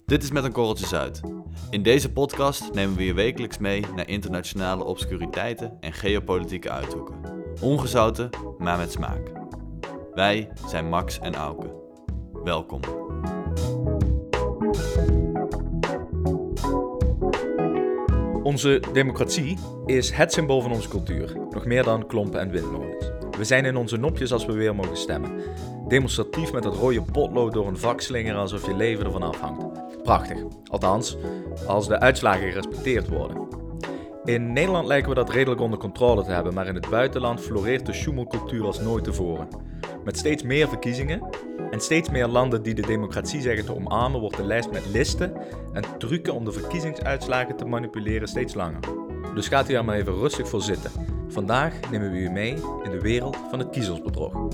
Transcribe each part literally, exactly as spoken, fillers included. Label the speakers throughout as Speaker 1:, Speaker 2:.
Speaker 1: Dit is Met een Korreltje Zuid. In deze podcast nemen we je wekelijks mee naar internationale obscuriteiten en geopolitieke uithoeken. Ongezouten, maar met smaak. Wij zijn Max en Auke. Welkom.
Speaker 2: Onze democratie is het symbool van onze cultuur, nog meer dan klompen en windmolens. We zijn in onze nopjes als we weer mogen stemmen. Demonstratief met het rode potlood door een vak slingeren alsof je leven ervan afhangt. Prachtig, althans, als de uitslagen gerespecteerd worden. In Nederland lijken we dat redelijk onder controle te hebben, maar in het buitenland floreert de sjoemelcultuur als nooit tevoren. Met steeds meer verkiezingen en steeds meer landen die de democratie zeggen te omarmen, wordt de lijst met listen en trucken om de verkiezingsuitslagen te manipuleren steeds langer. Dus gaat u er maar even rustig voor zitten. Vandaag nemen we u mee in de wereld van het kiezersbedrog.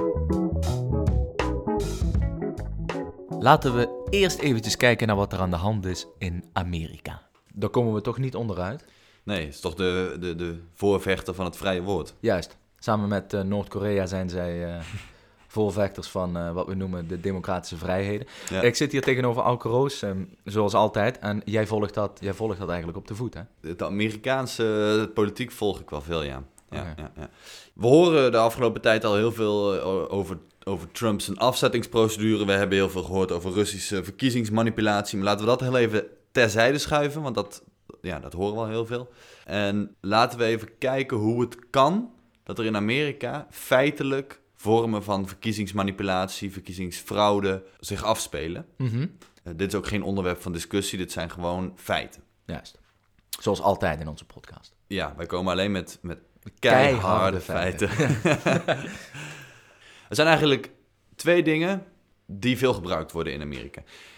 Speaker 2: Laten we eerst eventjes kijken naar wat er aan de hand is in Amerika. Daar komen we toch niet onderuit?
Speaker 1: Nee, het is toch de, de, de voorvechter van het vrije woord.
Speaker 2: Juist. Samen met uh, Noord-Korea zijn zij uh, voorvechters van uh, wat we noemen de democratische vrijheden. Ja. Ik zit hier tegenover Auke Roos, um, zoals altijd. En jij volgt, dat, jij volgt dat eigenlijk op de voet, hè?
Speaker 1: De Amerikaanse politiek volg ik wel veel, ja. Ja, okay. ja, ja. We horen de afgelopen tijd al heel veel uh, over, over Trump's afzettingsprocedure. We hebben heel veel gehoord over Russische verkiezingsmanipulatie. Maar laten we dat heel even terzijde schuiven, want dat, ja, dat horen we al heel veel. En laten we even kijken hoe het kan dat er in Amerika feitelijk vormen van verkiezingsmanipulatie, verkiezingsfraude zich afspelen. Mm-hmm. Uh, dit is ook geen onderwerp van discussie, dit zijn gewoon feiten.
Speaker 2: Juist. Zoals altijd in onze podcast.
Speaker 1: Ja, wij komen alleen met, met keiharde, keiharde feiten. feiten. Er zijn eigenlijk twee dingen die veel gebruikt worden in Amerika.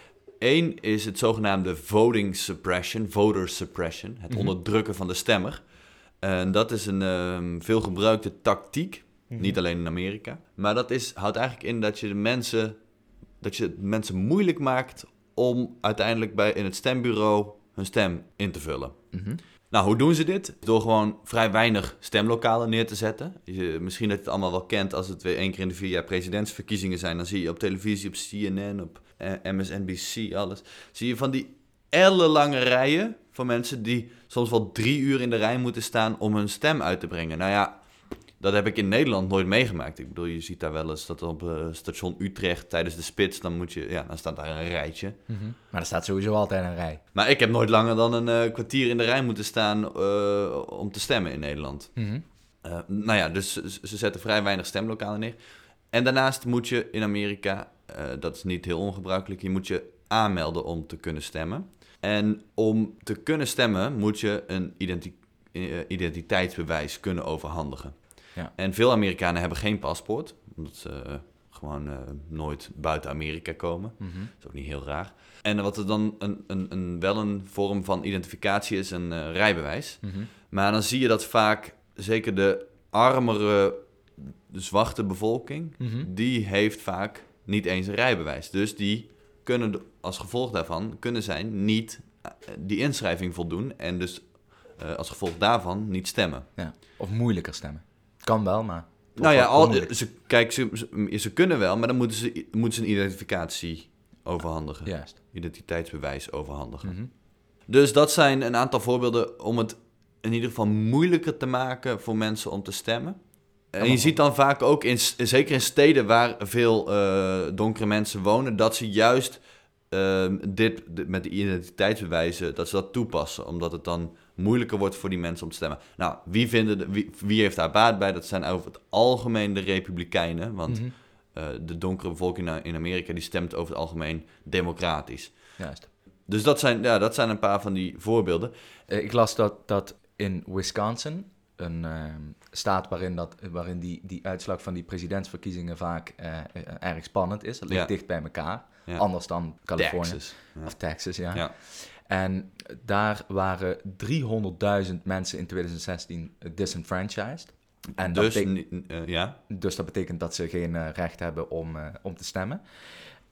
Speaker 1: Eén is het zogenaamde voting suppression, voter suppression, het mm-hmm. onderdrukken van de stemmer. En dat is een um, veelgebruikte tactiek, mm-hmm. niet alleen in Amerika. Maar dat is, houdt eigenlijk in dat je de mensen, dat je het mensen moeilijk maakt om uiteindelijk bij, in het stembureau hun stem in te vullen. Mm-hmm. Nou, hoe doen ze dit? Door gewoon vrij weinig stemlokalen neer te zetten. Je, misschien dat je het allemaal wel kent als het weer één keer in de vier jaar presidentsverkiezingen zijn. Dan zie je op televisie, op C N N, op uh, M S N B C, alles. Zie je van die ellenlange rijen van mensen die soms wel drie uur in de rij moeten staan om hun stem uit te brengen. Nou ja, dat heb ik in Nederland nooit meegemaakt. Ik bedoel, je ziet daar wel eens dat op uh, station Utrecht tijdens de spits, dan moet je, ja, dan staat daar een rijtje.
Speaker 2: Mm-hmm. Maar er staat sowieso altijd een rij.
Speaker 1: Maar ik heb nooit langer dan een uh, kwartier in de rij moeten staan uh, om te stemmen in Nederland. Mm-hmm. Uh, nou ja, dus ze, ze zetten vrij weinig stemlokalen neer. En daarnaast moet je in Amerika, uh, dat is niet heel ongebruikelijk, je moet je aanmelden om te kunnen stemmen. En om te kunnen stemmen moet je een identi- uh, identiteitsbewijs kunnen overhandigen. Ja. En veel Amerikanen hebben geen paspoort, omdat ze uh, gewoon uh, nooit buiten Amerika komen. Mm-hmm. Dat is ook niet heel raar. En wat er dan een, een, een, wel een vorm van identificatie is, een uh, rijbewijs. Mm-hmm. Maar dan zie je dat vaak, zeker de armere, de zwarte bevolking, mm-hmm. die heeft vaak niet eens een rijbewijs. Dus die kunnen als gevolg daarvan, kunnen zij niet uh, die inschrijving voldoen en dus uh, als gevolg daarvan niet stemmen.
Speaker 2: Ja. Of moeilijker stemmen. Kan wel, maar...
Speaker 1: Nou ja, al, ze, kijk, ze, ze, ze kunnen wel, maar dan moeten ze, moeten ze een identificatie overhandigen.
Speaker 2: Juist.
Speaker 1: Identiteitsbewijs overhandigen. Mm-hmm. Dus dat zijn een aantal voorbeelden om het in ieder geval moeilijker te maken voor mensen om te stemmen. En je ziet dan vaak ook, in, zeker in steden waar veel uh, donkere mensen wonen, dat ze juist uh, dit, dit met de identiteitsbewijzen, dat ze dat toepassen, omdat het dan moeilijker wordt voor die mensen om te stemmen. Nou, wie, vinden de, wie, wie heeft daar baat bij? Dat zijn over het algemeen de Republikeinen, want mm-hmm. uh, de donkere bevolking in Amerika die stemt over het algemeen democratisch.
Speaker 2: Juist.
Speaker 1: Dus dat zijn, ja, dat zijn een paar van die voorbeelden.
Speaker 2: Uh, ik las dat, dat in Wisconsin, een uh, staat waarin, dat, waarin die, die uitslag van die presidentsverkiezingen vaak uh, uh, erg spannend is. Dat ligt ja. dicht bij elkaar, ja. anders dan Californië.
Speaker 1: Texas. Ja.
Speaker 2: Of Texas, ja.
Speaker 1: ja.
Speaker 2: En daar waren driehonderdduizend mensen in twintig zestien disenfranchised. En
Speaker 1: dus,
Speaker 2: dat betekent,
Speaker 1: uh, ja.
Speaker 2: dus dat betekent dat ze geen uh, recht hebben om, uh, om te stemmen.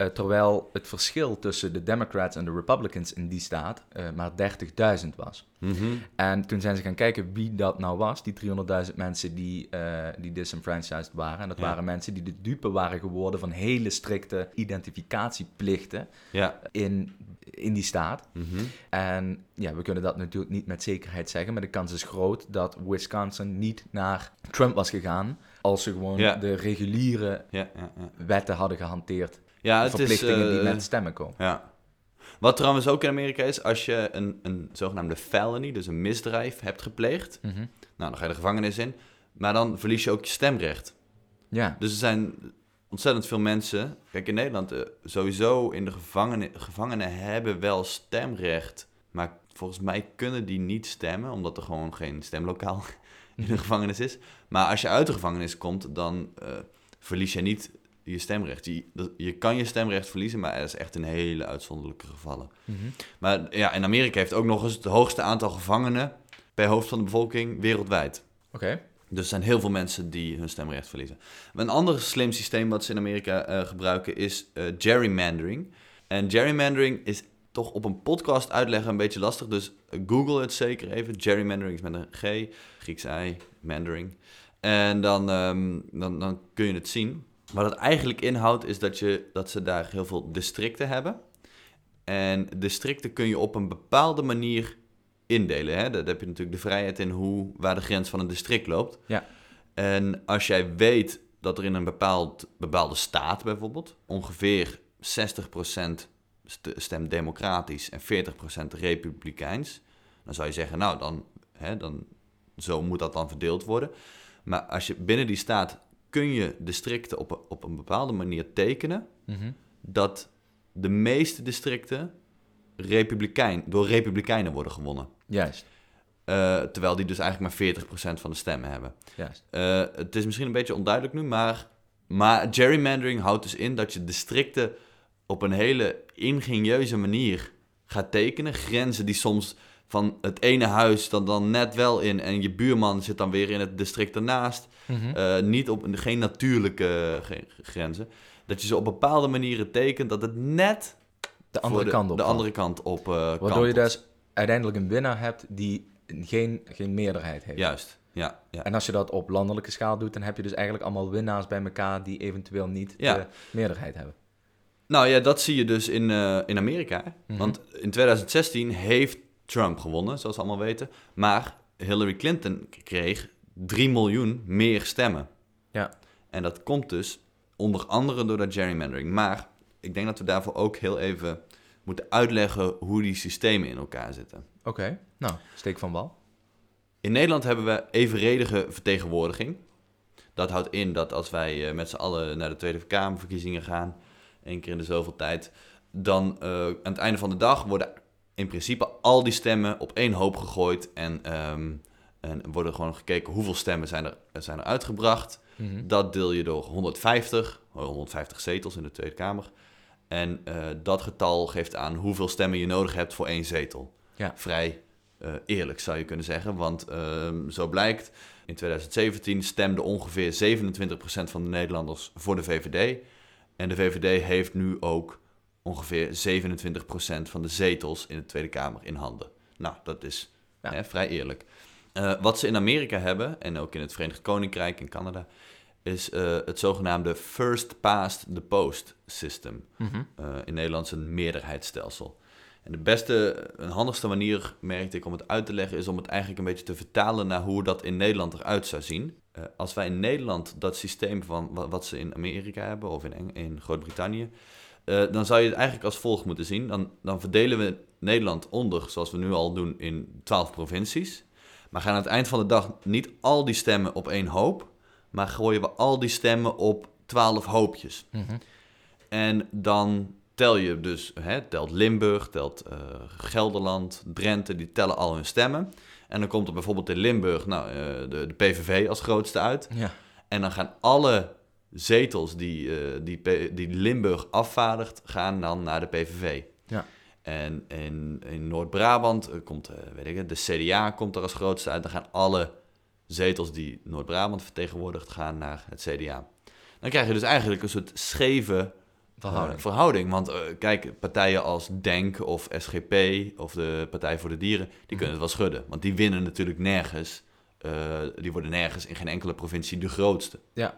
Speaker 2: Uh, terwijl het verschil tussen de Democrats en de Republicans in die staat uh, maar dertigduizend was.
Speaker 1: Mm-hmm.
Speaker 2: En toen zijn ze gaan kijken wie dat nou was, die driehonderdduizend mensen die, uh, die disenfranchised waren. En dat
Speaker 1: ja.
Speaker 2: waren mensen die de dupe waren geworden van hele strikte identificatieplichten
Speaker 1: ja.
Speaker 2: in, in die staat.
Speaker 1: Mm-hmm.
Speaker 2: En ja, we kunnen dat natuurlijk niet met zekerheid zeggen, maar de kans is groot dat Wisconsin niet naar Trump was gegaan als ze gewoon
Speaker 1: ja.
Speaker 2: de reguliere
Speaker 1: ja, ja, ja.
Speaker 2: wetten hadden gehanteerd.
Speaker 1: Ja, het
Speaker 2: verplichtingen
Speaker 1: is, uh,
Speaker 2: die met stemmen komen.
Speaker 1: Ja. Wat trouwens ook in Amerika is, als je een, een zogenaamde felony, dus een misdrijf, hebt gepleegd,
Speaker 2: Mm-hmm.
Speaker 1: nou, dan ga je de gevangenis in, maar dan verlies je ook je stemrecht.
Speaker 2: Ja.
Speaker 1: Dus er zijn ontzettend veel mensen, kijk in Nederland, uh, sowieso in de gevangenen, gevangenen hebben wel stemrecht, maar volgens mij kunnen die niet stemmen, omdat er gewoon geen stemlokaal in de gevangenis is. Maar als je uit de gevangenis komt, dan uh, verlies je niet je stemrecht. Je, je kan je stemrecht verliezen, maar dat is echt in hele uitzonderlijke gevallen.
Speaker 2: Mm-hmm.
Speaker 1: Maar ja, in Amerika heeft ook nog eens het hoogste aantal gevangenen per hoofd van de bevolking wereldwijd.
Speaker 2: Oké. Okay.
Speaker 1: Dus er zijn heel veel mensen die hun stemrecht verliezen. Een ander slim systeem wat ze in Amerika uh, gebruiken is uh, gerrymandering. En gerrymandering is toch op een podcast uitleggen een beetje lastig, dus uh, Google het zeker even. Gerrymandering is met een G, Grieks I, mandering. En dan, um, dan, dan kun je het zien. Wat het eigenlijk inhoudt is dat, je, dat ze daar heel veel districten hebben. En districten kun je op een bepaalde manier indelen. Hè? Daar heb je natuurlijk de vrijheid in hoe, waar de grens van een district loopt.
Speaker 2: Ja.
Speaker 1: En als jij weet dat er in een bepaald, bepaalde staat bijvoorbeeld ongeveer zestig procent stemt democratisch en veertig procent republikeins, dan zou je zeggen, nou, dan, hè, dan, zo moet dat dan verdeeld worden. Maar als je binnen die staat kun je districten op, op een bepaalde manier tekenen,
Speaker 2: Mm-hmm.
Speaker 1: dat de meeste districten republikein, door republikeinen worden gewonnen.
Speaker 2: Juist.
Speaker 1: Uh, terwijl die dus eigenlijk maar veertig procent van de stemmen hebben.
Speaker 2: Juist.
Speaker 1: Uh, het is misschien een beetje onduidelijk nu, maar, maar gerrymandering houdt dus in dat je districten op een hele ingenieuze manier gaat tekenen. Grenzen die soms van het ene huis dan, dan net wel in en je buurman zit dan weer in het district ernaast.
Speaker 2: Mm-hmm.
Speaker 1: Uh, niet op, geen natuurlijke uh, geen grenzen. Dat je ze op bepaalde manieren tekent dat het net
Speaker 2: de andere
Speaker 1: de,
Speaker 2: kant op.
Speaker 1: De andere kant op uh,
Speaker 2: Waardoor
Speaker 1: kantelt.
Speaker 2: je dus uiteindelijk een winnaar hebt die geen, geen meerderheid heeft.
Speaker 1: Juist, ja, ja.
Speaker 2: En als je dat op landelijke schaal doet, dan heb je dus eigenlijk allemaal winnaars bij elkaar die eventueel niet
Speaker 1: ja.
Speaker 2: de meerderheid hebben.
Speaker 1: Nou ja, dat zie je dus in, uh, in Amerika.
Speaker 2: Mm-hmm.
Speaker 1: Want in twintig zestien heeft Trump gewonnen, zoals we allemaal weten. Maar Hillary Clinton kreeg drie miljoen meer stemmen.
Speaker 2: Ja.
Speaker 1: En dat komt dus onder andere door dat gerrymandering. Maar ik denk dat we daarvoor ook heel even moeten uitleggen hoe die systemen in elkaar zitten.
Speaker 2: Oké, okay. Nou, steek van wal.
Speaker 1: In Nederland hebben we evenredige vertegenwoordiging. Dat houdt in dat als wij uh, met z'n allen naar de Tweede Kamerverkiezingen gaan, één keer in de zoveel tijd, dan uh, aan het einde van de dag worden in principe al die stemmen op één hoop gegooid en, um, en worden gewoon gekeken hoeveel stemmen zijn er, zijn er uitgebracht.
Speaker 2: Mm-hmm.
Speaker 1: Dat deel je door honderdvijftig, honderdvijftig zetels in de Tweede Kamer. En uh, dat getal geeft aan hoeveel stemmen je nodig hebt voor één zetel.
Speaker 2: Ja.
Speaker 1: Vrij uh, eerlijk zou je kunnen zeggen, want uh, zo blijkt, in twintig zeventien stemde ongeveer zevenentwintig procent van de Nederlanders voor de V V D. En de V V D heeft nu ook ongeveer zevenentwintig procent van de zetels in de Tweede Kamer in handen. Nou, dat is ja. hè, vrij eerlijk. Uh, wat ze in Amerika hebben, en ook in het Verenigd Koninkrijk en Canada, is uh, het zogenaamde first past the post system.
Speaker 2: Mm-hmm.
Speaker 1: Uh, in Nederland is een meerderheidsstelsel. En de beste, een handigste manier, merkte ik, om het uit te leggen, is om het eigenlijk een beetje te vertalen naar hoe dat in Nederland eruit zou zien. Uh, als wij in Nederland dat systeem van wat, wat ze in Amerika hebben, of in, Eng- in Groot-Brittannië, uh, dan zou je het eigenlijk als volgt moeten zien. Dan, dan verdelen we Nederland onder, zoals we nu al doen, in twaalf provincies. Maar gaan aan het eind van de dag niet al die stemmen op één hoop, maar gooien we al die stemmen op twaalf hoopjes.
Speaker 2: Mm-hmm.
Speaker 1: En dan tel je dus, hè, telt Limburg, telt uh, Gelderland, Drenthe, die tellen al hun stemmen. En dan komt er bijvoorbeeld in Limburg nou, uh, de, de P V V als grootste uit.
Speaker 2: Ja.
Speaker 1: En dan gaan alle zetels die, uh, die, die Limburg afvaardigt, gaan dan naar de P V V.
Speaker 2: Ja.
Speaker 1: En in, in Noord-Brabant uh, komt, uh, weet ik het, de C D A komt er als grootste uit. Dan gaan alle zetels die Noord-Brabant vertegenwoordigt, gaan naar het C D A. Dan krijg je dus eigenlijk een soort scheve
Speaker 2: verhouding.
Speaker 1: Uh, verhouding. Want uh, kijk, partijen als DENK of S G P of de Partij voor de Dieren, die kunnen het wel schudden. Want die winnen natuurlijk nergens. Uh, die worden nergens in geen enkele provincie de grootste.
Speaker 2: Ja.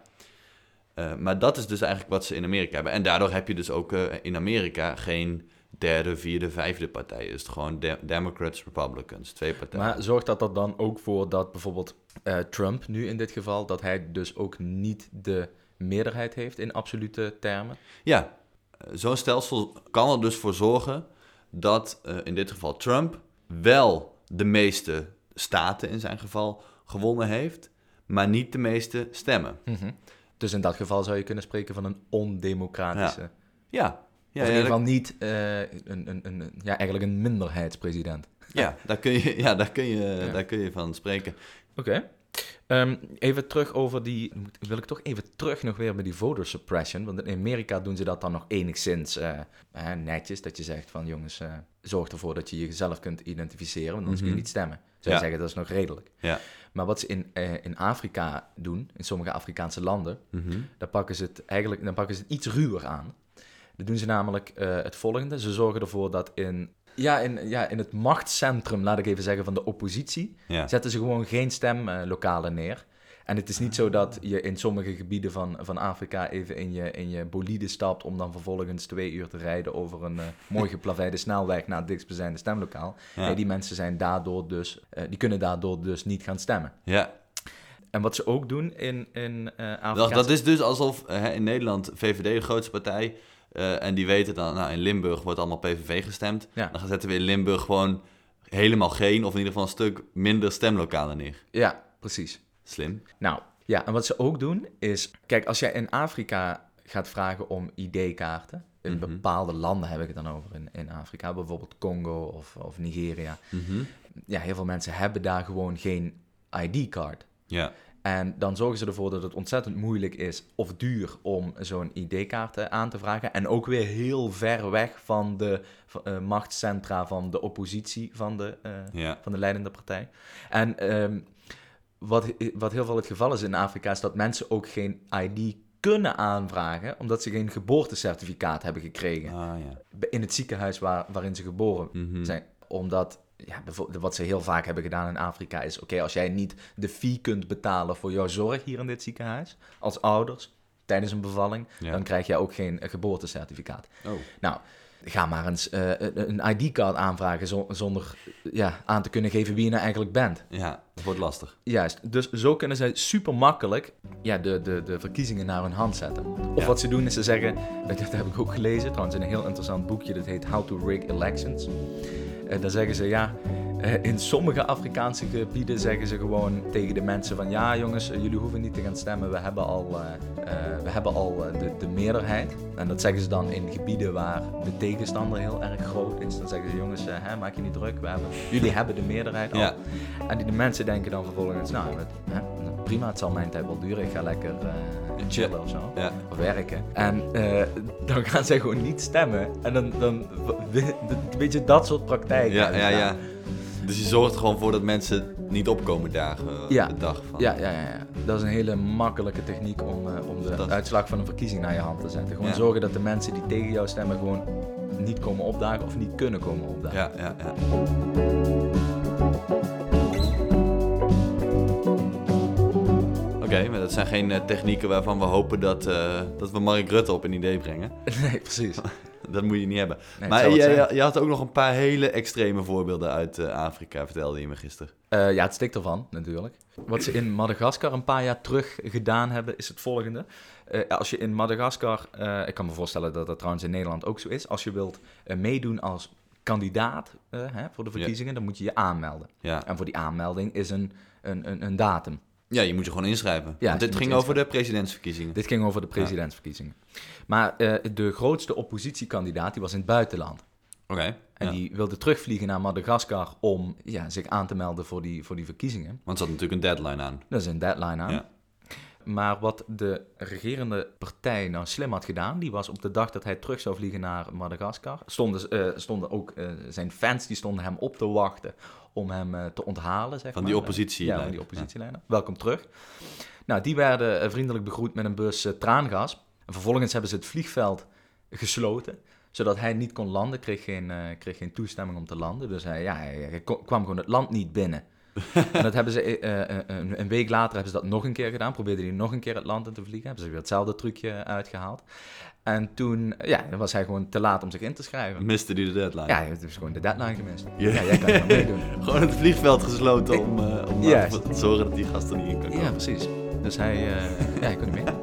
Speaker 1: Uh, maar dat is dus eigenlijk wat ze in Amerika hebben. En daardoor heb je dus ook uh, in Amerika geen derde, vierde, vijfde partij. Is het gewoon de- Democrats, Republicans, twee partijen.
Speaker 2: Maar zorgt dat er dan ook voor dat bijvoorbeeld uh, Trump nu in dit geval, dat hij dus ook niet de meerderheid heeft in absolute termen?
Speaker 1: Ja, zo'n stelsel kan er dus voor zorgen dat uh, in dit geval Trump wel de meeste staten in zijn geval gewonnen heeft, maar niet de meeste stemmen.
Speaker 2: Mm-hmm. Dus in dat geval zou je kunnen spreken van een ondemocratische...
Speaker 1: Ja, ja. ja
Speaker 2: of in
Speaker 1: ja,
Speaker 2: ieder geval
Speaker 1: dat...
Speaker 2: niet uh, een, een, een, ja, eigenlijk een minderheidspresident.
Speaker 1: Ja, daar kun je, ja, daar kun je,
Speaker 2: ja.
Speaker 1: daar kun je van spreken.
Speaker 2: Oké. Okay. Um, even terug over die... Wil ik toch even terug nog weer met die voter suppression. Want in Amerika doen ze dat dan nog enigszins uh, uh, netjes. Dat je zegt van jongens, uh, zorg ervoor dat je jezelf kunt identificeren. Want anders mm-hmm. kun je niet stemmen. Zou je ja. zeggen, dat is nog redelijk.
Speaker 1: Ja.
Speaker 2: Maar wat ze in, uh, in Afrika doen, in sommige Afrikaanse landen...
Speaker 1: Mm-hmm.
Speaker 2: dan pakken ze het eigenlijk dan pakken ze het iets ruwer aan. Dan doen ze namelijk uh, het volgende. Ze zorgen ervoor dat in... Ja in, ja, in het machtscentrum, laat ik even zeggen, van de oppositie... Ja. zetten ze gewoon geen stemlokalen neer. En het is niet zo dat je in sommige gebieden van, van Afrika... even in je, in je bolide stapt om dan vervolgens twee uur te rijden... over een uh, mooi geplaveide snelweg naar het dichtstbijzijnde stemlokaal. Ja. Nee, die mensen zijn daardoor dus, uh, die kunnen daardoor dus niet gaan stemmen.
Speaker 1: Ja.
Speaker 2: En wat ze ook doen in, in uh, Afrika...
Speaker 1: Dat, dat is dus alsof uh, in Nederland V V D de grootste partij... Uh, en die weten dan, nou in Limburg wordt allemaal P V V gestemd. Ja. Dan zetten we in Limburg gewoon helemaal geen, of in ieder geval een stuk minder stemlokalen neer.
Speaker 2: Ja, precies.
Speaker 1: Slim.
Speaker 2: Nou, ja, en wat ze ook doen is... Kijk, als jij in Afrika gaat vragen om I D-kaarten... in mm-hmm. bepaalde landen heb ik het dan over in, in Afrika... bijvoorbeeld Congo of, of Nigeria...
Speaker 1: Mm-hmm.
Speaker 2: Ja, heel veel mensen hebben daar gewoon geen I D-kaart.
Speaker 1: Ja.
Speaker 2: En dan zorgen ze ervoor dat het ontzettend moeilijk is of duur om zo'n I D-kaart aan te vragen. En ook weer heel ver weg van de uh, machtscentra van de oppositie van de, uh,
Speaker 1: ja.
Speaker 2: van de leidende partij. En um, wat, wat heel veel het geval is in Afrika is dat mensen ook geen I D kunnen aanvragen, omdat ze geen geboortecertificaat hebben gekregen.
Speaker 1: Ah, ja.
Speaker 2: In het ziekenhuis waar, waarin ze geboren
Speaker 1: mm-hmm.
Speaker 2: zijn. Omdat... Ja, wat ze heel vaak hebben gedaan in Afrika is... oké, okay, als jij niet de fee kunt betalen voor jouw zorg hier in dit ziekenhuis... als ouders, tijdens een bevalling... Ja. dan krijg jij ook geen uh, geboortecertificaat.
Speaker 1: Oh.
Speaker 2: Nou, ga maar eens uh, een I D-kaart aanvragen... Zo, zonder ja, aan te kunnen geven wie je nou eigenlijk bent.
Speaker 1: Ja, dat wordt lastig.
Speaker 2: Juist, dus zo kunnen zij super makkelijk... Ja, de, de, de verkiezingen naar hun hand zetten. Of ja. wat ze doen is ze zeggen... dat heb ik ook gelezen, trouwens in een heel interessant boekje... dat heet How to Rig Elections... Uh, dan zeggen ze, ja, uh, in sommige Afrikaanse gebieden zeggen ze gewoon tegen de mensen van... ja jongens, uh, jullie hoeven niet te gaan stemmen, we hebben al, uh, uh, we hebben al uh, de, de meerderheid. En dat zeggen ze dan in gebieden waar de tegenstander heel erg groot is. Dan zeggen ze, jongens, uh, hè, maak je niet druk, we hebben, jullie hebben de meerderheid al. Ja. En die de mensen denken dan vervolgens, nou, het, hè, prima, het zal mijn tijd wel duren, ik ga lekker uh, chillen of zo,
Speaker 1: ja.
Speaker 2: of werken. En uh, dan gaan zij gewoon niet stemmen. En dan, dan weet je, dat soort praktijken.
Speaker 1: Ja, ja, ja. Dus je zorgt er gewoon voor dat mensen niet opkomen dagen
Speaker 2: ja.
Speaker 1: de dag van.
Speaker 2: Ja, ja, ja, ja, dat is een hele makkelijke techniek om, uh, om de dat... uitslag van een verkiezing naar je hand te zetten. Gewoon ja. zorgen dat de mensen die tegen jou stemmen gewoon niet komen opdagen of niet kunnen komen opdagen.
Speaker 1: Ja, ja, ja. Oké, okay, maar dat zijn geen uh, technieken waarvan we hopen dat, uh, dat we Mark Rutte op een idee brengen.
Speaker 2: Nee, precies.
Speaker 1: Dat moet je niet hebben. Nee, maar je, je had ook nog een paar hele extreme voorbeelden uit uh, Afrika, vertelde je me gisteren.
Speaker 2: Uh, ja, het stikt ervan, natuurlijk. Wat ze in Madagaskar een paar jaar terug gedaan hebben, is het volgende. Uh, als je in Madagaskar, uh, ik kan me voorstellen dat dat trouwens in Nederland ook zo is, als je wilt uh, meedoen als kandidaat uh, hè, voor de verkiezingen, ja. dan moet je je aanmelden.
Speaker 1: Ja.
Speaker 2: En voor die aanmelding is een, een, een, een datum.
Speaker 1: Ja, je moet je gewoon inschrijven. Ja, Want dit ging over de presidentsverkiezingen.
Speaker 2: Dit ging over de presidentsverkiezingen. Ja. Maar uh, de grootste oppositiekandidaat, die was in het buitenland.
Speaker 1: Oké. Okay,
Speaker 2: en
Speaker 1: ja.
Speaker 2: die wilde terugvliegen naar Madagaskar om ja, zich aan te melden voor die, voor die verkiezingen.
Speaker 1: Want er zat natuurlijk een deadline aan.
Speaker 2: Er is een deadline aan.
Speaker 1: Ja.
Speaker 2: Maar wat de regerende partij nou slim had gedaan, die was op de dag dat hij terug zou vliegen naar Madagaskar, stonden, uh, stonden ook uh, zijn fans, die stonden hem op te wachten om hem uh, te onthalen, zeg
Speaker 1: van
Speaker 2: maar.
Speaker 1: Die oppositieleider.
Speaker 2: Ja, van die oppositieleider. Ja. Welkom terug. Nou, die werden uh, vriendelijk begroet met een bus uh, traangas. En vervolgens hebben ze het vliegveld gesloten. Zodat hij niet kon landen, kreeg geen, uh, kreeg geen toestemming om te landen. Dus hij, ja, hij, hij kwam gewoon het land niet binnen. En dat hebben ze, uh, uh, een, een week later hebben ze dat nog een keer gedaan. Probeerden die nog een keer het land in te vliegen. Hebben ze weer hetzelfde trucje uitgehaald. En toen ja, was hij gewoon te laat om zich in te schrijven.
Speaker 1: Miste hij de deadline?
Speaker 2: Ja, het is gewoon de deadline gemist. Yeah. Ja, jij kan er maar meedoen.
Speaker 1: Gewoon het vliegveld gesloten om, uh, om yes. te zorgen dat die gast er niet in kan komen.
Speaker 2: Ja, precies. Dus hij, uh, ja, hij kon niet mee.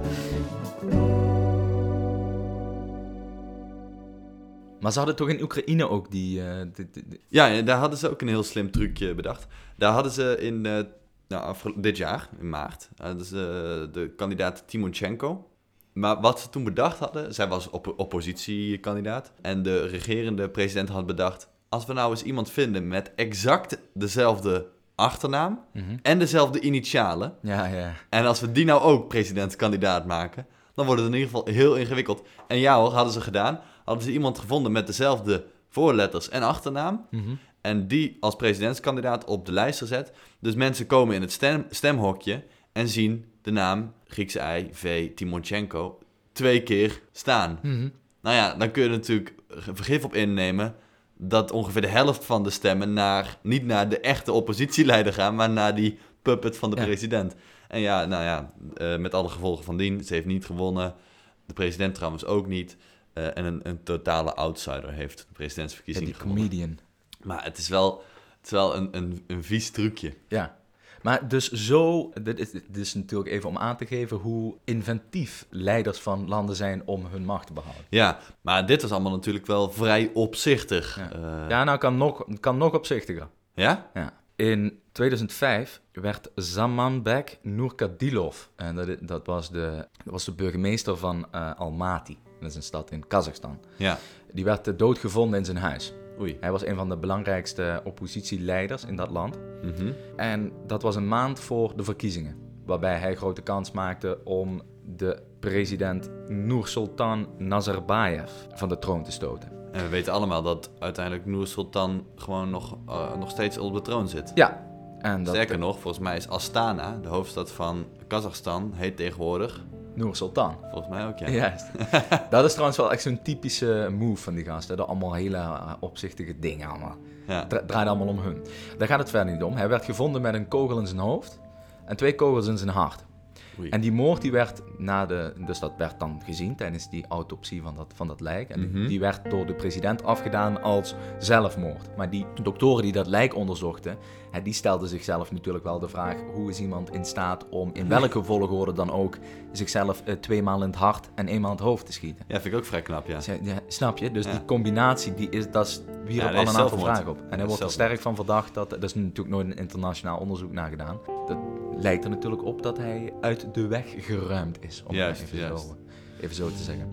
Speaker 2: Maar ze hadden toch in Oekraïne ook die, uh, die, die, die...
Speaker 1: Ja, daar hadden ze ook een heel slim trucje bedacht. Daar hadden ze in uh, nou, afge- dit jaar, in maart, hadden ze uh, de kandidaat Timonchenko. Maar wat ze toen bedacht hadden, zij was op- oppositiekandidaat. En de regerende president had bedacht, als we nou eens iemand vinden met exact dezelfde achternaam mm-hmm. en dezelfde initialen.
Speaker 2: Ja, ja.
Speaker 1: En als we die nou ook presidentskandidaat maken, dan wordt het in ieder geval heel ingewikkeld. En ja hoor, hadden ze gedaan. Hadden ze iemand gevonden met dezelfde voorletters en achternaam. Mm-hmm. En die als presidentskandidaat op de lijst gezet. Dus mensen komen in het stem, stemhokje en zien de naam Griekse I, V, Timonchenko twee keer staan. Mm-hmm. Nou ja, dan kun je natuurlijk vergif op innemen dat ongeveer de helft van de stemmen naar, niet naar de echte oppositieleider gaan, maar naar die puppet van de ja. president. En ja, nou ja, uh, met alle gevolgen van dien. Ze heeft niet gewonnen. De president trouwens ook niet. Uh, en een, een totale outsider heeft de presidentsverkiezing
Speaker 2: ja,
Speaker 1: gewonnen.
Speaker 2: Comedian.
Speaker 1: Maar het is wel, het is wel een, een, een vies trucje.
Speaker 2: Ja, maar dus zo... Dit is, dit is natuurlijk even om aan te geven hoe inventief leiders van landen zijn om hun macht te behouden.
Speaker 1: Ja, maar dit was allemaal natuurlijk wel vrij opzichtig.
Speaker 2: Ja,
Speaker 1: uh...
Speaker 2: ja nou kan nog, kan nog opzichtiger.
Speaker 1: Ja?
Speaker 2: Ja. In tweeduizend vijf werd Zamanbek Nurkadilov, en dat, dat, was de, dat was de burgemeester van uh, Almaty, dat is een stad in Kazachstan.
Speaker 1: Ja.
Speaker 2: Die werd doodgevonden in zijn huis.
Speaker 1: Oei.
Speaker 2: Hij was een van de belangrijkste oppositieleiders in dat land.
Speaker 1: Mm-hmm.
Speaker 2: En dat was een maand voor de verkiezingen, waarbij hij grote kans maakte om de president Nursultan Nazarbayev van de troon te stoten.
Speaker 1: En we weten allemaal dat uiteindelijk Nur-Sultan gewoon nog, uh, nog steeds op de troon zit.
Speaker 2: Ja. En dat
Speaker 1: Sterker nog, volgens mij is Astana, de hoofdstad van Kazachstan, heet tegenwoordig...
Speaker 2: Nur-Sultan.
Speaker 1: Volgens mij ook, ja.
Speaker 2: Juist. Dat is trouwens wel echt zo'n typische move van die gasten. Dat allemaal hele uh, opzichtige dingen allemaal. Ja. Het dra- draait allemaal om hun. Daar gaat het verder niet om. Hij werd gevonden met een kogel in zijn hoofd en twee kogels in zijn hart. Oei. En die moord die werd na de, dus dat werd dan gezien tijdens die autopsie van dat, van dat lijk. En mm-hmm. die werd door de president afgedaan als zelfmoord. Maar die doktoren die dat lijk onderzochten, hè, die stelden zichzelf natuurlijk wel de vraag: hoe is iemand in staat om in welke volgorde dan ook zichzelf uh, tweemaal in het hart en eenmaal in het hoofd te schieten?
Speaker 1: Ja, vind ik ook vrij knap, ja.
Speaker 2: ja snap je? Dus
Speaker 1: ja.
Speaker 2: die combinatie, die is, dat is wierp
Speaker 1: ja,
Speaker 2: al een aantal vragen op. En hij
Speaker 1: ja,
Speaker 2: wordt er sterk van verdacht, dat, er is natuurlijk nooit een internationaal onderzoek naar gedaan. Dat lijkt er natuurlijk op dat hij uit de weg geruimd is, om
Speaker 1: juist,
Speaker 2: het even,
Speaker 1: juist.
Speaker 2: Zo, even zo te zeggen.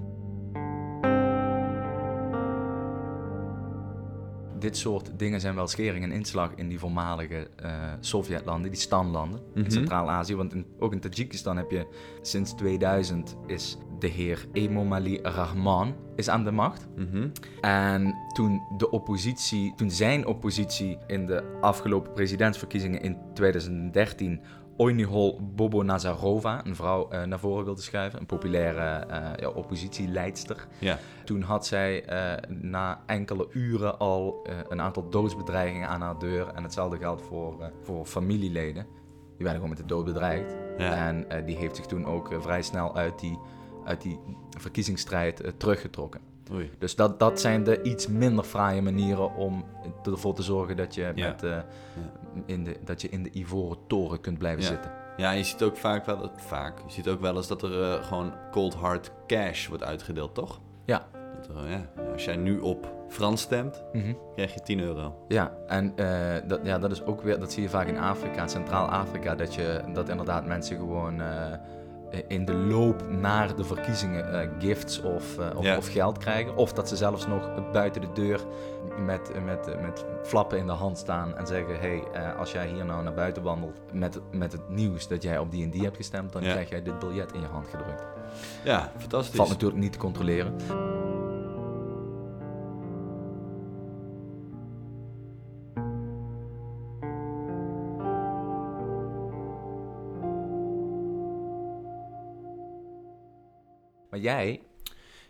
Speaker 2: Dit soort dingen zijn wel schering en inslag in die voormalige uh, Sovjetlanden, die Stanlanden, mm-hmm. in Centraal-Azië. Want in, ook in Tajikistan heb je sinds tweeduizend is de heer Emomali Rahman is aan de macht. Mm-hmm. En toen de oppositie, toen zijn oppositie in de afgelopen presidentsverkiezingen in tweeduizend dertien Oynihol Bobonazarova, een vrouw, uh, naar voren wilde schuiven. Een populaire uh, ja, oppositieleidster.
Speaker 1: Ja.
Speaker 2: Toen had zij uh, na enkele uren al uh, een aantal doodsbedreigingen aan haar deur. En hetzelfde geldt voor, uh, voor familieleden. Die werden gewoon met de dood bedreigd. Ja. En uh, die heeft zich toen ook uh, vrij snel uit die, uit die verkiezingsstrijd uh, teruggetrokken.
Speaker 1: Oei.
Speaker 2: Dus dat, dat zijn de iets minder fraaie manieren om ervoor te zorgen dat je, ja. met, uh, ja. in de, dat je in de ivoren toren kunt blijven
Speaker 1: ja.
Speaker 2: zitten.
Speaker 1: Ja, je ziet ook vaak wel, vaak, je ziet ook wel eens dat er uh, gewoon cold hard cash wordt uitgedeeld, toch?
Speaker 2: Ja.
Speaker 1: Dat er, ja. Als jij nu op Frans stemt, mm-hmm. krijg je tien euro.
Speaker 2: Ja, en uh, dat, ja, dat is ook weer, dat zie je vaak in Afrika, Centraal-Afrika, dat, je, dat inderdaad mensen gewoon Uh, in de loop naar de verkiezingen uh, gifts of, uh, of, ja. of geld krijgen. Of dat ze zelfs nog buiten de deur met, met, met flappen in de hand staan en zeggen: hey, uh, als jij hier nou naar buiten wandelt met, met het nieuws dat jij op die en die hebt gestemd, dan ja. krijg jij dit biljet in je hand gedrukt.
Speaker 1: Ja, fantastisch.
Speaker 2: Valt natuurlijk niet te controleren. Maar jij,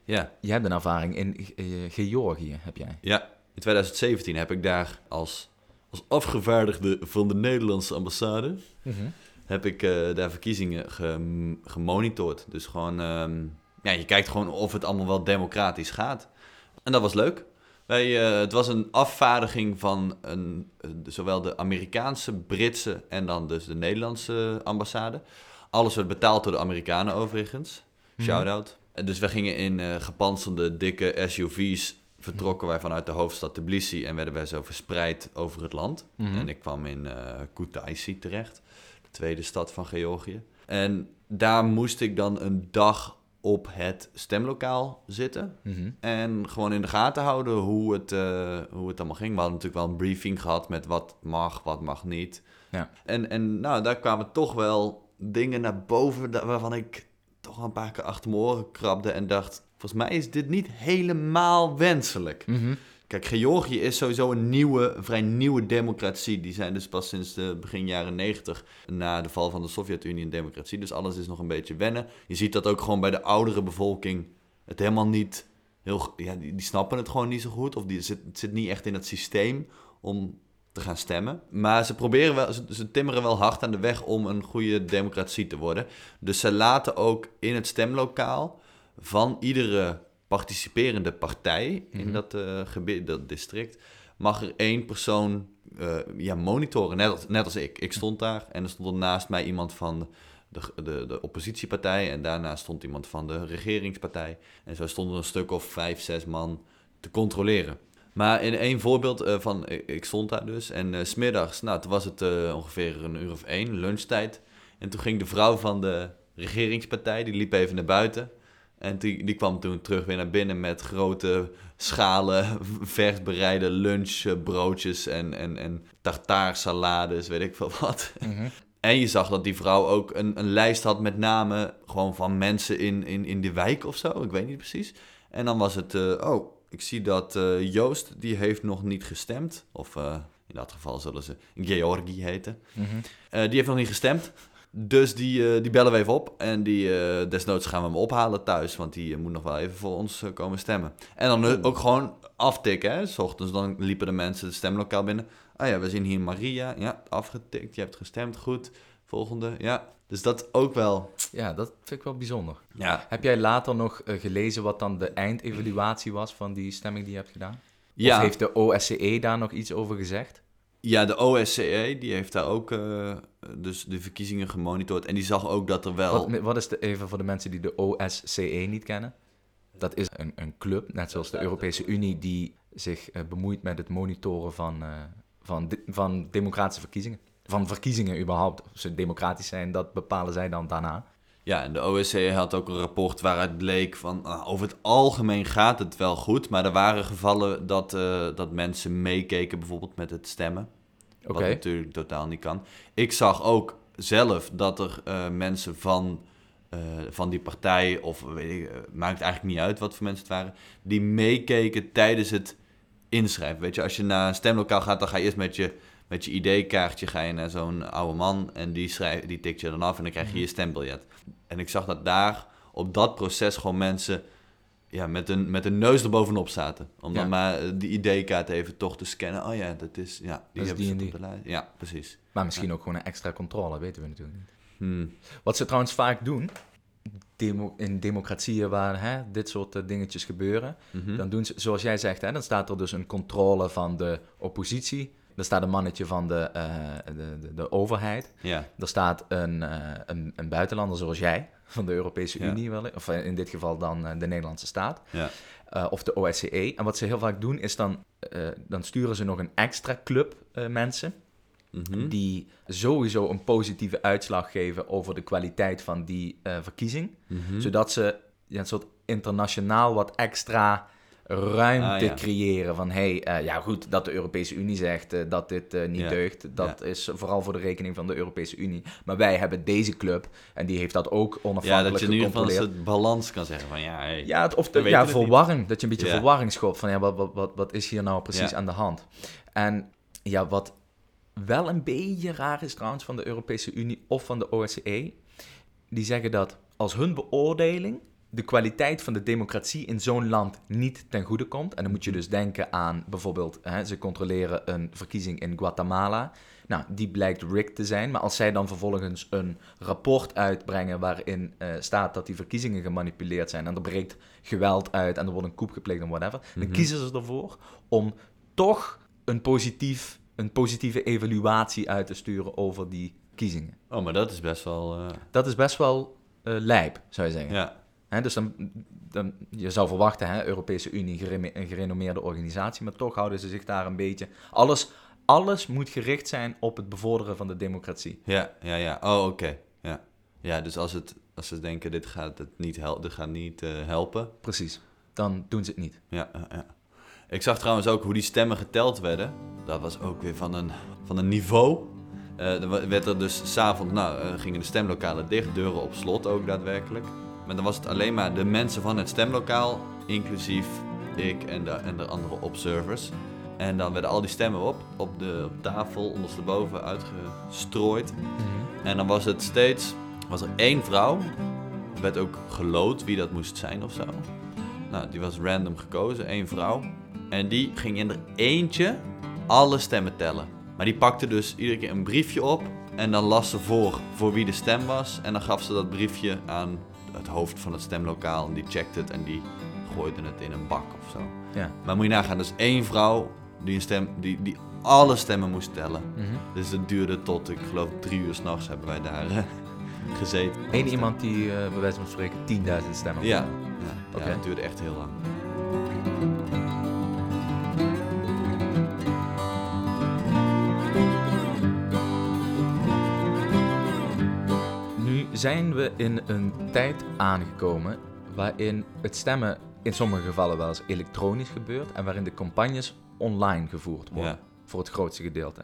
Speaker 1: Ja.
Speaker 2: Je hebt een ervaring in uh, Georgië, heb jij?
Speaker 1: Ja, in twintig zeventien heb ik daar als, als afgevaardigde van de Nederlandse ambassade... Mm-hmm. heb ik uh, daar verkiezingen ge- gemonitord. Dus gewoon, um, ja, je kijkt gewoon of het allemaal wel democratisch gaat. En dat was leuk. Wij, uh, het was een afvaardiging van een, uh, zowel de Amerikaanse, Britse en dan dus de Nederlandse ambassade. Alles werd betaald door de Amerikanen overigens. Shout-out. Mm-hmm. Dus we gingen in uh, gepantserde, dikke S U V's... vertrokken wij vanuit de hoofdstad Tbilisi en werden wij zo verspreid over het land. Mm-hmm. En ik kwam in uh, Kutaisi terecht, de tweede stad van Georgië. En daar moest ik dan een dag op het stemlokaal zitten. Mm-hmm. En gewoon in de gaten houden hoe het, uh, hoe het allemaal ging. We hadden natuurlijk wel een briefing gehad met wat mag, wat mag niet. Ja. En, en nou, daar kwamen toch wel dingen naar boven waarvan ik toch een paar keer achter mijn oren krabde en dacht... Volgens mij is dit niet helemaal wenselijk. Mm-hmm. Kijk, Georgië is sowieso een nieuwe, een vrij nieuwe democratie. Die zijn dus pas sinds de begin jaren negentig, na de val van de Sovjet-Unie, een democratie. Dus alles is nog een beetje wennen. Je ziet dat ook gewoon bij de oudere bevolking het helemaal niet heel... Ja, die, die snappen het gewoon niet zo goed. Of die, het, zit, het zit niet echt in het systeem om te gaan stemmen. Maar ze proberen wel, ze, ze timmeren wel hard aan de weg om een goede democratie te worden. Dus ze laten ook in het stemlokaal van iedere participerende partij mm-hmm. in dat uh, gebied, dat district, mag er één persoon uh, ja, monitoren, net als, net als ik. Ik stond daar en er stond er naast mij iemand van de, de, de oppositiepartij en daarna stond iemand van de regeringspartij. En zo stonden er een stuk of vijf, zes man te controleren. Maar in één voorbeeld uh, van, ik, ik stond daar dus en uh, 's middags, nou, toen was het uh, ongeveer een uur of één, lunchtijd. En toen ging de vrouw van de regeringspartij, die liep even naar buiten. En die, die kwam toen terug weer naar binnen met grote schalen vers bereide lunchbroodjes en, en, en tartaarsalades, weet ik veel wat. Mm-hmm. En je zag dat die vrouw ook een, een lijst had met namen gewoon van mensen in, in, in de wijk of zo, ik weet niet precies. En dan was het, uh, oh, ik zie dat uh, Joost, die heeft nog niet gestemd. Of uh, in dat geval zullen ze Georgi heten. Mm-hmm. Uh, die heeft nog niet gestemd. Dus die, uh, die bellen we even op en die, uh, desnoods gaan we hem ophalen thuis, want die uh, moet nog wel even voor ons uh, komen stemmen. En dan uh, ook gewoon aftikken, hè. 's ochtends dan liepen de mensen het stemlokaal binnen. Ah ja, we zien hier Maria, ja, afgetikt, je hebt gestemd, goed. Volgende, ja. Dus dat ook wel.
Speaker 2: Ja, dat vind ik wel bijzonder.
Speaker 1: Ja.
Speaker 2: Heb jij later nog uh, gelezen wat dan de eindevaluatie was van die stemming die je hebt gedaan?
Speaker 1: Ja.
Speaker 2: Of heeft de O S C E daar nog iets over gezegd?
Speaker 1: Ja, de O S C E, die heeft daar ook uh, dus de verkiezingen gemonitord. En die zag ook dat er wel...
Speaker 2: Wat, wat is de, even voor de mensen die de O S C E niet kennen? Dat is een, een club, net zoals de Europese Unie, die zich uh, bemoeit met het monitoren van, uh, van, de, van democratische verkiezingen. Van verkiezingen überhaupt. Of ze democratisch zijn, dat bepalen zij dan daarna.
Speaker 1: Ja, en de O S C E had ook een rapport waaruit bleek van... Uh, over het algemeen gaat het wel goed, maar er waren gevallen dat, uh, dat mensen meekeken bijvoorbeeld met het stemmen. Okay. Wat natuurlijk totaal niet kan. Ik zag ook zelf dat er uh, mensen van, uh, van die partij, of weet ik, uh, maakt eigenlijk niet uit wat voor mensen het waren, die meekeken tijdens het inschrijven. Weet je, als je naar een stemlokaal gaat, dan ga je eerst met je, met je I D-kaartje ga je naar zo'n oude man en die, schrijf, die tikt je dan af en dan krijg je je stembiljet. En ik zag dat daar op dat proces gewoon mensen ja, met, een, met een neus erbovenop zaten. Om dan ja. maar die I D-kaart even toch te scannen. Oh ja, dat is... Ja, die
Speaker 2: dat is die en die.
Speaker 1: Ja, precies.
Speaker 2: Maar misschien ja. ook gewoon een extra controle, weten we natuurlijk niet.
Speaker 1: Hmm.
Speaker 2: Wat ze trouwens vaak doen, demo, in democratieën waar hè, dit soort uh, dingetjes gebeuren, mm-hmm. dan doen ze, zoals jij zegt, hè, dan staat er dus een controle van de oppositie. Er staat een mannetje van de, uh, de, de, de overheid.
Speaker 1: Ja.
Speaker 2: Er staat een, uh, een, een buitenlander zoals jij, van de Europese ja. Unie, wel, of in dit geval dan uh, de Nederlandse staat.
Speaker 1: Ja.
Speaker 2: Uh, of de O S C E. En wat ze heel vaak doen, is dan, uh, dan sturen ze nog een extra club uh, mensen, mm-hmm. die sowieso een positieve uitslag geven over de kwaliteit van die uh, verkiezing. Mm-hmm. Zodat ze ja, een soort internationaal wat extra ruimte ah, ja. creëren van hey, uh, ja goed, dat de Europese Unie zegt uh, dat dit uh, niet ja. deugt, dat ja. is vooral voor de rekening van de Europese Unie. Maar wij hebben deze club en die heeft dat ook onafhankelijk gecontroleerd. Ja, dat je in ieder geval
Speaker 1: het balans kan zeggen van ja... Hey,
Speaker 2: ja, het, of de, ja verwarring, dat je een beetje ja. verwarring schopt van ja, wat, wat, wat, wat is hier nou precies ja. aan de hand? En ja, wat wel een beetje raar is trouwens van de Europese Unie of van de O S C E, die zeggen dat als hun beoordeling de kwaliteit van de democratie in zo'n land niet ten goede komt. En dan moet je dus denken aan bijvoorbeeld, hè, ze controleren een verkiezing in Guatemala. Nou, die blijkt rigged te zijn. Maar als zij dan vervolgens een rapport uitbrengen waarin uh, staat dat die verkiezingen gemanipuleerd zijn en er breekt geweld uit en er wordt een coup gepleegd en whatever, mm-hmm. dan kiezen ze ervoor om toch een, positief, een positieve evaluatie uit te sturen over die verkiezingen.
Speaker 1: Oh, maar dat is best wel... Uh...
Speaker 2: Dat is best wel uh, lijp, zou je zeggen.
Speaker 1: Ja.
Speaker 2: He, dus dan, dan, je zou verwachten, hè, Europese Unie, gereme, een gerenommeerde organisatie, maar toch houden ze zich daar een beetje... Alles, alles moet gericht zijn op het bevorderen van de democratie.
Speaker 1: Ja, ja, ja. Oh, oké. Okay. Ja. ja, dus als, het, als ze denken, dit gaat, het niet, hel- dit gaat niet uh, helpen...
Speaker 2: Precies, dan doen ze het niet.
Speaker 1: Ja, uh, ja. Ik zag trouwens ook hoe die stemmen geteld werden. Dat was ook weer van een, van een niveau... Uh, er werd er dus s'avonds, nou, uh, gingen de stemlokalen dicht, deuren op slot ook daadwerkelijk. Maar dan was het alleen maar de mensen van het stemlokaal, inclusief ik en de, en de andere observers. En dan werden al die stemmen op, op de op tafel, ondersteboven uitgestrooid. Mm-hmm. En dan was het steeds, was er één vrouw, er werd ook geloot wie dat moest zijn of zo. Nou, die was random gekozen, één vrouw. En die ging in er eentje alle stemmen tellen. Maar die pakte dus iedere keer een briefje op en dan las ze voor, voor wie de stem was. En dan gaf ze dat briefje aan het hoofd van het stemlokaal en die checkte het en die gooide het in een bak of zo.
Speaker 2: Ja.
Speaker 1: Maar moet je nagaan, dus één vrouw die, een stem, die, die alle stemmen moest tellen.
Speaker 2: Mm-hmm.
Speaker 1: Dus dat duurde tot, ik geloof, drie uur 's nachts hebben wij daar uh, gezeten.
Speaker 2: Eén iemand die, uh, bij wijze van spreken, tienduizend stemmen.
Speaker 1: Ja, ja, okay. ja, het duurde echt heel lang.
Speaker 2: Zijn we in een tijd aangekomen waarin het stemmen in sommige gevallen wel eens elektronisch gebeurt en waarin de campagnes online gevoerd worden, ja. voor het grootste gedeelte.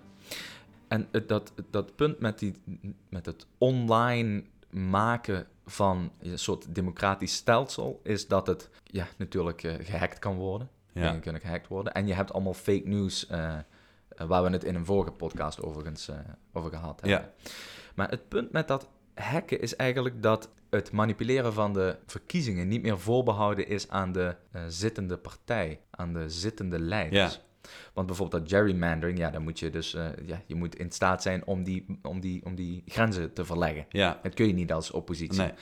Speaker 2: En het, dat, dat punt met, die, met het online maken van een soort democratisch stelsel is dat het ja, natuurlijk uh, gehackt kan worden. Ja. Dingen kunnen gehackt worden. En je hebt allemaal fake news, uh, uh, waar we het in een vorige podcast overigens uh, over gehad hebben.
Speaker 1: Ja.
Speaker 2: Maar het punt met dat hacken is eigenlijk dat het manipuleren van de verkiezingen niet meer voorbehouden is aan de uh, zittende partij, aan de zittende leiders.
Speaker 1: Ja.
Speaker 2: Want bijvoorbeeld dat gerrymandering, ja, dan moet je dus, uh, ja, je moet in staat zijn om die, om die, om die grenzen te verleggen.
Speaker 1: Ja.
Speaker 2: Dat kun je niet als oppositie.
Speaker 1: Nee.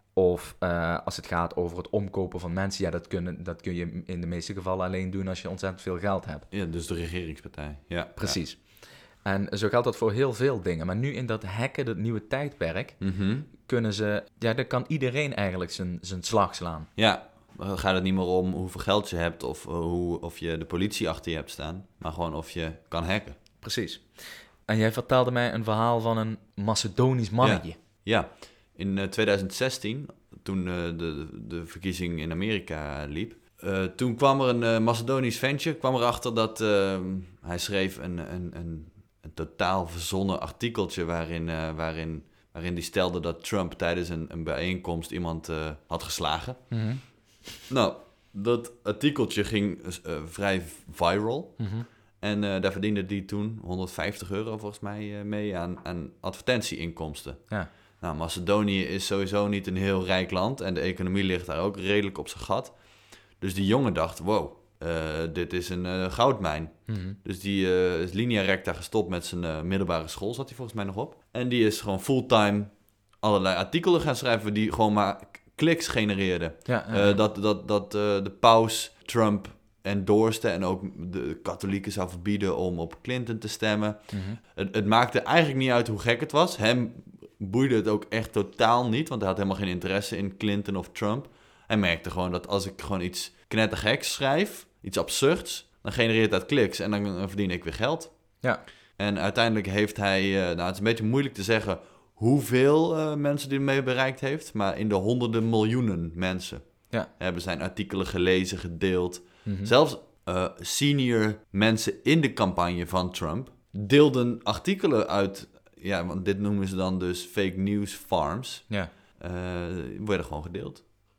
Speaker 2: Of uh, als het gaat over het omkopen van mensen, ja, dat, kunnen, dat kun je in de meeste gevallen alleen doen als je ontzettend veel geld hebt.
Speaker 1: Ja, dus de regeringspartij. Ja.
Speaker 2: Precies. Ja. En zo geldt dat voor heel veel dingen. Maar nu in dat hacken, dat nieuwe tijdperk,
Speaker 1: mm-hmm.
Speaker 2: kunnen ze... Ja, dan kan iedereen eigenlijk zijn, zijn slag slaan.
Speaker 1: Ja, dan gaat het niet meer om hoeveel geld je hebt of, hoe, of je de politie achter je hebt staan. Maar gewoon of je kan hacken.
Speaker 2: Precies. En jij vertelde mij een verhaal van een Macedonisch mannetje.
Speaker 1: Ja, ja. in uh, twintig zestien, toen uh, de, de verkiezing in Amerika liep... Uh, toen kwam er een uh, Macedonisch ventje, kwam erachter dat uh, hij schreef een... een, een een totaal verzonnen artikeltje waarin, uh, waarin, waarin die stelde dat Trump tijdens een, een bijeenkomst iemand uh, had geslagen.
Speaker 2: Mm-hmm.
Speaker 1: Nou, dat artikeltje ging uh, vrij viral.
Speaker 2: Mm-hmm.
Speaker 1: En uh, daar verdiende die toen honderdvijftig euro volgens mij uh, mee aan, aan advertentieinkomsten.
Speaker 2: Ja.
Speaker 1: Nou, Macedonië is sowieso niet een heel rijk land en de economie ligt daar ook redelijk op zijn gat. Dus die jongen dacht, wow, uh, dit is een uh, goudmijn.
Speaker 2: Mm-hmm.
Speaker 1: Dus die uh, is linea recta gestopt met zijn uh, middelbare school, zat hij volgens mij nog op. En die is gewoon fulltime allerlei artikelen gaan schrijven die gewoon maar kliks genereerden.
Speaker 2: Ja, ja, ja.
Speaker 1: Uh, dat dat, dat uh, de paus Trump endorste en ook de katholieken zou verbieden om op Clinton te stemmen.
Speaker 2: Mm-hmm.
Speaker 1: Het, het maakte eigenlijk niet uit hoe gek het was. Hem boeide het ook echt totaal niet, want hij had helemaal geen interesse in Clinton of Trump. Hij merkte gewoon dat als ik gewoon iets knettergeks schrijf, iets absurds, dan genereert dat kliks en dan, dan verdien ik weer geld.
Speaker 2: Ja.
Speaker 1: En uiteindelijk heeft hij, uh, nou het is een beetje moeilijk te zeggen hoeveel uh, mensen die ermee bereikt heeft, maar in de honderden miljoenen mensen
Speaker 2: ja.
Speaker 1: hebben zijn artikelen gelezen, gedeeld.
Speaker 2: Mm-hmm.
Speaker 1: Zelfs uh, senior mensen in de campagne van Trump deelden artikelen uit, ja, want dit noemen ze dan dus fake news farms.
Speaker 2: Ja.
Speaker 1: Uh, werden gewoon gedeeld.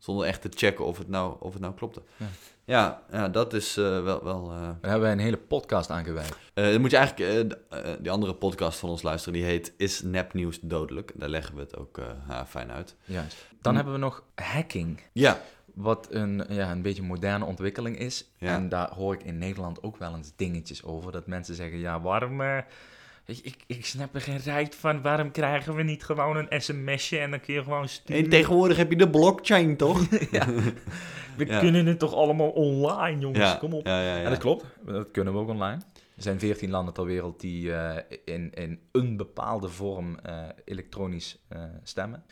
Speaker 1: Zonder echt te checken of het nou, of het nou klopte.
Speaker 2: Ja.
Speaker 1: Ja, ja, dat is uh, wel... wel uh...
Speaker 2: Daar hebben wij een hele podcast aan gewijd.
Speaker 1: Uh, dan moet je eigenlijk... Uh, uh, die andere podcast van ons luisteren, die heet Is nepnieuws dodelijk? Daar leggen we het ook uh, ja, fijn uit.
Speaker 2: Juist. Dan hm. hebben we nog hacking.
Speaker 1: Ja.
Speaker 2: Wat een, ja, een beetje moderne ontwikkeling is.
Speaker 1: Ja.
Speaker 2: En daar hoor ik in Nederland ook wel eens dingetjes over. Dat mensen zeggen, ja, waarom... Uh, ik, ik, ik snap er geen reet van. Waarom krijgen we niet gewoon een sms'je en dan kun je gewoon sturen?
Speaker 1: En tegenwoordig heb je de blockchain, toch?
Speaker 2: Ja. We ja. kunnen het toch allemaal online, jongens?
Speaker 1: Ja.
Speaker 2: Kom op.
Speaker 1: Ja, ja, ja.
Speaker 2: En dat klopt. Dat kunnen we ook online. Er zijn veertien landen ter wereld die uh, in, in een bepaalde vorm uh, elektronisch uh, stemmen.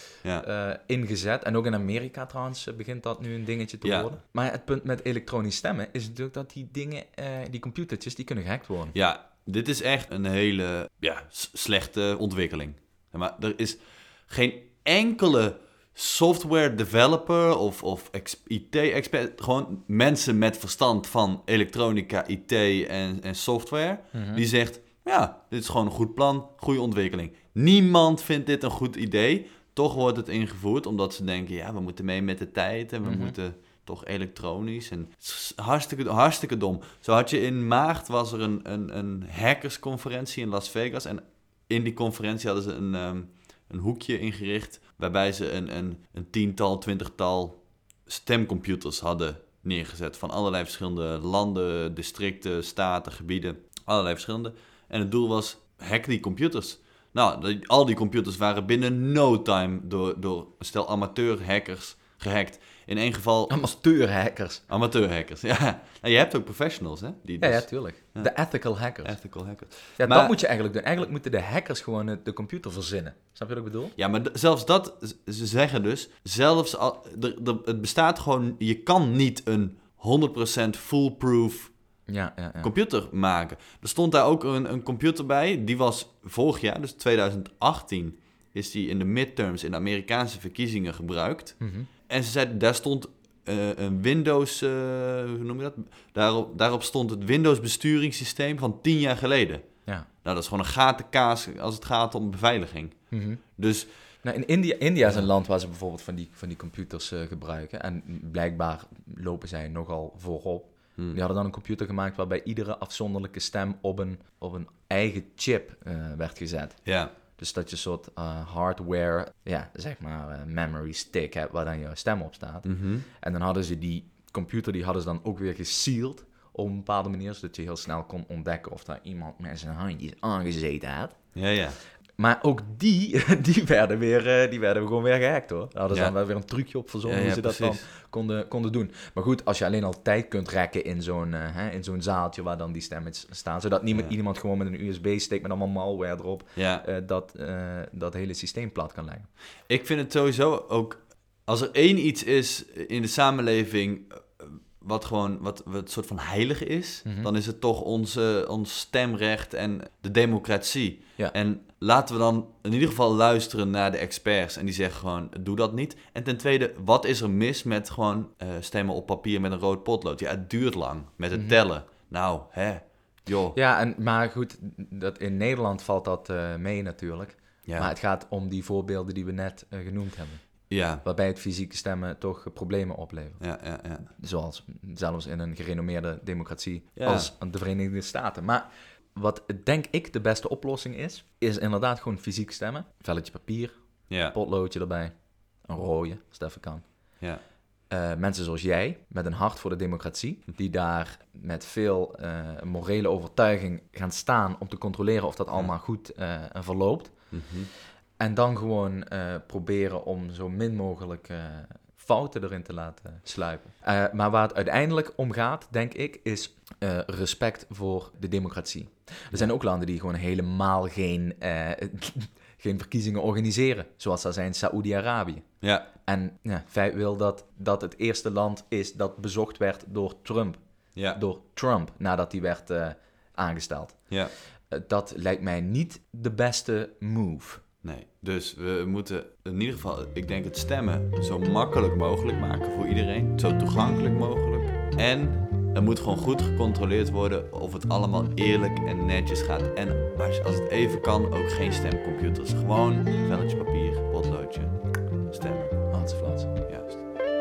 Speaker 1: Ja.
Speaker 2: Uh, ingezet. En ook in Amerika trouwens uh, begint dat nu een dingetje te
Speaker 1: ja.
Speaker 2: worden. Maar het punt met elektronisch stemmen is natuurlijk dat die dingen, uh, die computertjes, die kunnen gehackt worden.
Speaker 1: Ja, dit is echt een hele ja, s- slechte ontwikkeling. Maar er is geen enkele software developer of, of ex- I T-expert, gewoon mensen met verstand van elektronica, I T en, en software, mm-hmm. die zegt, ja, dit is gewoon een goed plan, goede ontwikkeling. Niemand vindt dit een goed idee. Toch wordt het ingevoerd, omdat ze denken, ja, we moeten mee met de tijd en we mm-hmm. moeten toch elektronisch. En hartstikke, hartstikke dom. Zo had je in maart, was er een, een, een hackersconferentie in Las Vegas. En in die conferentie hadden ze een, um, een hoekje ingericht, waarbij ze een, een, een tiental, twintigtal stemcomputers hadden neergezet. Van allerlei verschillende landen, districten, staten, gebieden. Allerlei verschillende. En het doel was, hack die computers. Nou, die, al die computers waren binnen no time door, door een stel amateur-hackers gehackt. In één geval...
Speaker 2: Amateur-hackers.
Speaker 1: Amateur-hackers, ja. Nou, je hebt ook professionals, hè? Die dus,
Speaker 2: ja, ja, tuurlijk. Ja. De ethical hackers.
Speaker 1: Ethical hackers.
Speaker 2: Ja, maar, dat moet je eigenlijk doen. Eigenlijk moeten de hackers gewoon de computer verzinnen. Snap je wat ik bedoel?
Speaker 1: Ja, maar d- zelfs dat, ze zeggen dus, zelfs al, de, de, het bestaat gewoon, je kan niet een honderd procent foolproof
Speaker 2: ja, ja, ja.
Speaker 1: computer maken. Er stond daar ook een, een computer bij, die was vorig jaar, dus twintig achttien, is die in de midterms in de Amerikaanse verkiezingen gebruikt.
Speaker 2: Mm-hmm.
Speaker 1: En ze zeiden, daar stond uh, een Windows, uh, hoe noem je dat? Daarop, daarop stond het Windows besturingssysteem van tien jaar geleden.
Speaker 2: Ja.
Speaker 1: Nou, dat is gewoon een gatenkaas als het gaat om beveiliging.
Speaker 2: Mm-hmm.
Speaker 1: Dus...
Speaker 2: Nou, in India, India is een land waar ze bijvoorbeeld van die, van die computers uh, gebruiken. En blijkbaar lopen zij nogal voorop. Hmm. Die hadden dan een computer gemaakt waarbij iedere afzonderlijke stem op een, op een eigen chip uh, werd gezet.
Speaker 1: Ja.
Speaker 2: Dus dat je een soort uh, hardware, ja, zeg maar, uh, memory stick hebt waar dan jouw stem op staat.
Speaker 1: Mm-hmm.
Speaker 2: En dan hadden ze die computer, die hadden ze dan ook weer gesealed op een bepaalde manier, zodat je heel snel kon ontdekken of daar iemand met zijn handjes aangezeten had.
Speaker 1: Ja, ja.
Speaker 2: Maar ook die, die, werden weer, die werden gewoon weer gehackt, hoor. Daar hadden ze
Speaker 1: ja.
Speaker 2: dan wel weer een trucje op verzonnen
Speaker 1: ja, ja,
Speaker 2: hoe ze
Speaker 1: precies.
Speaker 2: dat dan konden, konden doen. Maar goed, als je alleen al tijd kunt rekken in zo'n, uh, hè, in zo'n zaaltje waar dan die stemmen staan, zodat niemand, ja. iemand gewoon met een U S B-stick met allemaal malware erop
Speaker 1: ja.
Speaker 2: uh, dat, uh, dat hele systeem plat kan leggen.
Speaker 1: Ik vind het sowieso ook, als er één iets is in de samenleving wat gewoon wat, wat een soort van heilig is, mm-hmm. dan is het toch onze, ons stemrecht en de democratie.
Speaker 2: Ja.
Speaker 1: En laten we dan in ieder geval luisteren naar de experts en die zeggen gewoon, doe dat niet. En ten tweede, wat is er mis met gewoon uh, stemmen op papier met een rood potlood? Ja, het duurt lang met het mm-hmm. tellen. Nou, hè, joh.
Speaker 2: Ja, en, maar goed, dat, in Nederland valt dat uh, mee natuurlijk. Ja. Maar het gaat om die voorbeelden die we net uh, genoemd hebben.
Speaker 1: Ja.
Speaker 2: Waarbij het fysieke stemmen toch problemen oplevert.
Speaker 1: Ja, ja, ja.
Speaker 2: Zoals zelfs in een gerenommeerde democratie
Speaker 1: ja.
Speaker 2: als de Verenigde Staten. Maar wat denk ik de beste oplossing is, is inderdaad gewoon fysiek stemmen. Velletje papier,
Speaker 1: ja.
Speaker 2: potloodje erbij, een rode, als het even kan.
Speaker 1: Ja.
Speaker 2: Uh, mensen zoals jij, met een hart voor de democratie, die daar met veel uh, morele overtuiging gaan staan om te controleren of dat allemaal goed uh, verloopt.
Speaker 1: Mm-hmm.
Speaker 2: En dan gewoon uh, proberen om zo min mogelijk uh, fouten erin te laten sluipen. Uh, maar waar het uiteindelijk om gaat, denk ik, is uh, respect voor de democratie. Er zijn ook landen die gewoon helemaal geen, uh, geen verkiezingen organiseren. Zoals dat zijn Saoedi-Arabië.
Speaker 1: Ja.
Speaker 2: En ja, feit wil dat dat het eerste land is dat bezocht werd door Trump.
Speaker 1: Ja.
Speaker 2: Door Trump, nadat hij werd uh, aangesteld.
Speaker 1: Ja.
Speaker 2: Uh, dat lijkt mij niet de beste move.
Speaker 1: Nee, dus we moeten in ieder geval, ik denk het stemmen zo makkelijk mogelijk maken voor iedereen. Zo toegankelijk mogelijk. En er moet gewoon goed gecontroleerd worden of het allemaal eerlijk en netjes gaat. En als, als het even kan, ook geen stemcomputers. Gewoon velletje papier, potloodje, stemmen.
Speaker 2: Hansflats.
Speaker 1: Juist.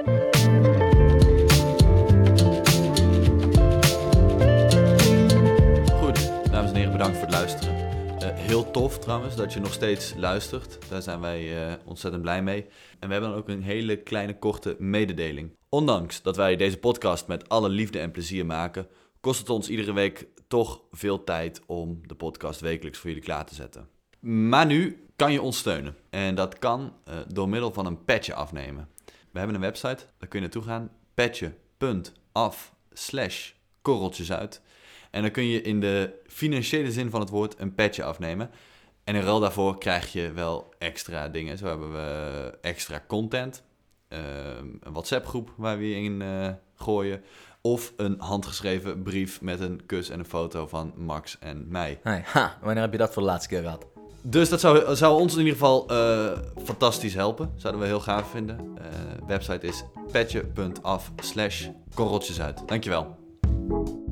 Speaker 1: heel tof trouwens, dat je nog steeds luistert. Daar zijn wij uh, ontzettend blij mee. En we hebben dan ook een hele kleine korte mededeling. Ondanks dat wij deze podcast met alle liefde en plezier maken, kost het ons iedere week toch veel tijd om de podcast wekelijks voor jullie klaar te zetten. Maar nu kan je ons steunen. En dat kan uh, door middel van een petje afnemen. We hebben een website, daar kun je naartoe gaan. petje.af slash korreltjesuit. En dan kun je in de financiële zin van het woord een petje afnemen. En in ruil daarvoor krijg je wel extra dingen. Zo hebben we extra content. Uh, een WhatsApp groep waar we je in uh, gooien. Of een handgeschreven brief met een kus en een foto van Max en mij.
Speaker 2: Hey, ha, wanneer heb je dat voor de laatste keer gehad?
Speaker 1: Dus dat zou, zou ons in ieder geval uh, fantastisch helpen. Zouden we heel gaaf vinden. Uh, website is petje.af slash korreltjesuit. Dankjewel.